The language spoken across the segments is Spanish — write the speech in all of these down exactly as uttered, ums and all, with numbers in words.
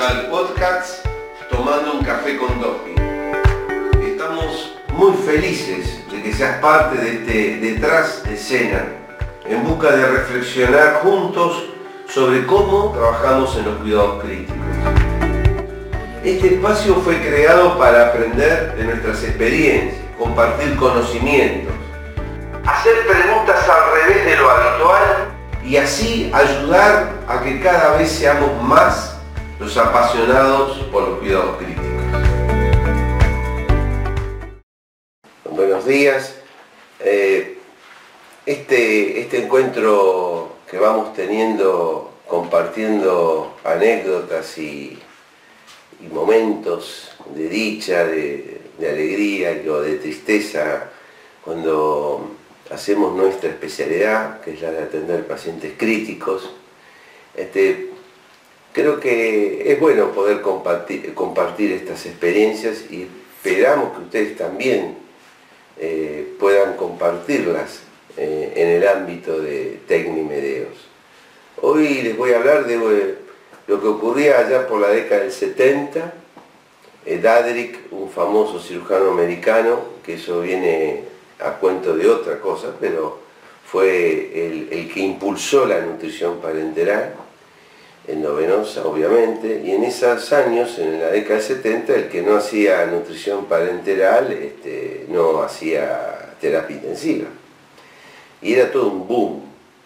al podcast Tomando un Café con Topi. Estamos muy felices de que seas parte de este detrás de escena, en busca de reflexionar juntos sobre cómo trabajamos en los cuidados críticos. Este espacio fue creado para aprender de nuestras experiencias, compartir conocimientos, hacer preguntas al revés de lo habitual y así ayudar a que cada vez seamos más los apasionados por los cuidados críticos. Buenos días. Eh, este, este encuentro que vamos teniendo, compartiendo anécdotas y, y momentos de dicha, de, de alegría o de tristeza, cuando hacemos nuestra especialidad, que es la de atender pacientes críticos. Este, creo que es bueno poder compartir, compartir estas experiencias y esperamos que ustedes también eh, puedan compartirlas eh, en el ámbito de Tecnimedeos. Hoy les voy a hablar de eh, lo que ocurría allá por la década del setenta. Eh, Dadrick, un famoso cirujano americano, que eso viene a cuento de otra cosa, pero fue el, el que impulsó la nutrición parenteral endovenosa, obviamente, y en esos años, en la década del setenta, el que no hacía nutrición parenteral este, no hacía terapia intensiva. Y era todo un boom.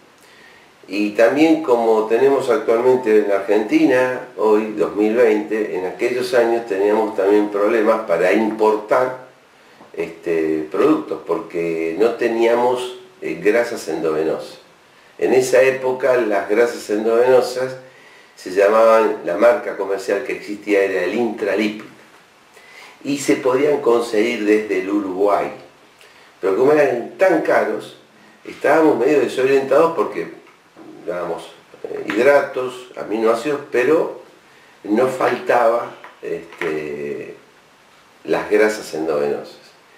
Y también, como tenemos actualmente en Argentina, hoy, dos mil veinte, en aquellos años teníamos también problemas para importar Este, productos, porque no teníamos eh, grasas endovenosas. En esa época las grasas endovenosas se llamaban, la marca comercial que existía era el Intralipid, y se podían conseguir desde el Uruguay, pero como eran tan caros, estábamos medio desorientados porque dábamos eh, hidratos, aminoácidos, pero no faltaba este, las grasas endovenosas.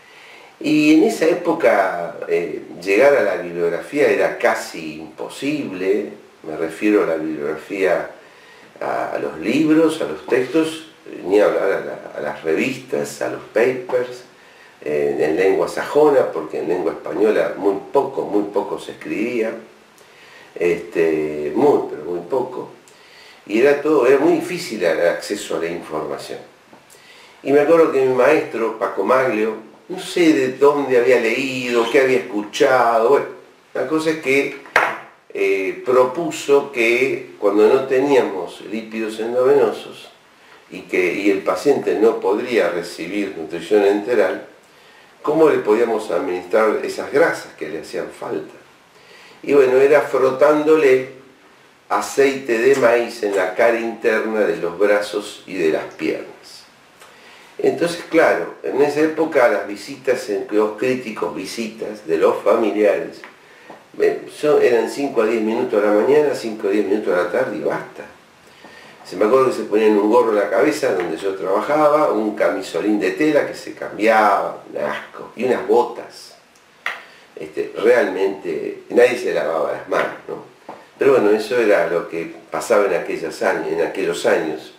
Y en esa época eh, llegar a la bibliografía era casi imposible. Me refiero a la bibliografía, a, a los libros, a los textos, ni hablar a, la, a las revistas, a los papers, eh, en lengua sajona, porque en lengua española muy poco, muy poco se escribía, este, muy, pero muy poco. Y era todo, era muy difícil el acceso a la información. Y me acuerdo que mi maestro, Paco Maglio, no sé de dónde había leído, qué había escuchado, bueno, la cosa es que eh, propuso que cuando no teníamos lípidos endovenosos y que y el paciente no podría recibir nutrición enteral, ¿cómo le podíamos administrar esas grasas que le hacían falta? Y bueno, era frotándole aceite de maíz en la cara interna de los brazos y de las piernas. Entonces, claro, en esa época las visitas en cuidados críticos, visitas de los familiares, eran cinco a diez minutos a la mañana, cinco a diez minutos a la tarde y basta. Se me acuerdo que se ponían un gorro en la cabeza donde yo trabajaba, un camisolín de tela que se cambiaba, un asco, y unas botas. Este, realmente nadie se lavaba las manos, ¿no? Pero bueno, eso era lo que pasaba en, aquellos años, en aquellos años.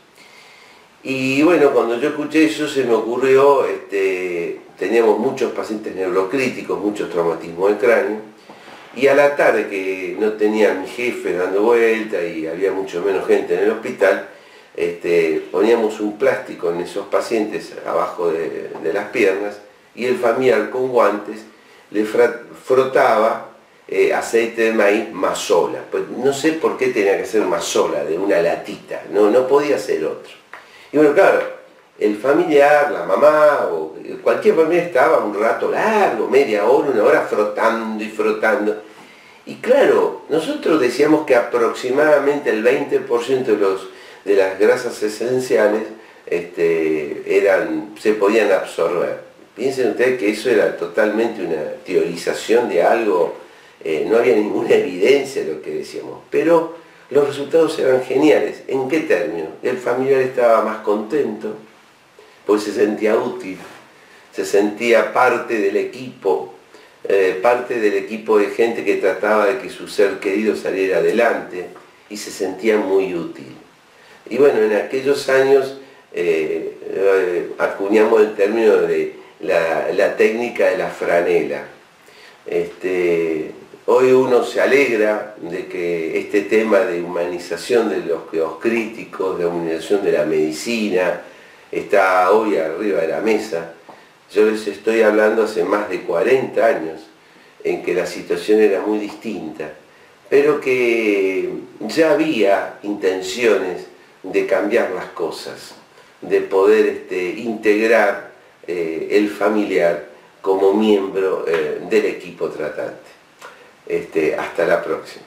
Y bueno, cuando yo escuché eso se me ocurrió, este, teníamos muchos pacientes neurocríticos, muchos traumatismos del cráneo, y a la tarde que no tenía a mi jefe dando vuelta y había mucho menos gente en el hospital, este, poníamos un plástico en esos pacientes abajo de, de las piernas y el familiar con guantes le frotaba eh, aceite de maíz mazola. Pues no sé por qué tenía que ser mazola, de una latita, no, no podía ser otro. Y bueno, claro, el familiar, la mamá o cualquier familia estaba un rato largo, media hora, una hora frotando y frotando. Y claro, nosotros decíamos que aproximadamente el veinte por ciento de, los, de las grasas esenciales este, eran, se podían absorber. Piensen ustedes que eso era totalmente una teorización de algo, eh, no había ninguna evidencia de lo que decíamos. Pero los resultados eran geniales. ¿En qué término? El familiar estaba más contento, pues se sentía útil, se sentía parte del equipo, eh, parte del equipo de gente que trataba de que su ser querido saliera adelante y se sentía muy útil. Y bueno, en aquellos años eh, eh, acuñamos el término de la, la técnica de la franela. Este, hoy uno se alegra de que este tema de humanización de los, los críticos, de humanización de la medicina, está hoy arriba de la mesa. Yo les estoy hablando hace más de cuarenta años, en que la situación era muy distinta, pero que ya había intenciones de cambiar las cosas, de poder este, integrar eh, el familiar como miembro eh, del equipo tratante. Este, hasta la próxima.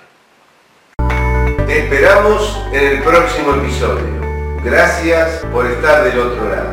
Te esperamos en el próximo episodio. Gracias por estar del otro lado.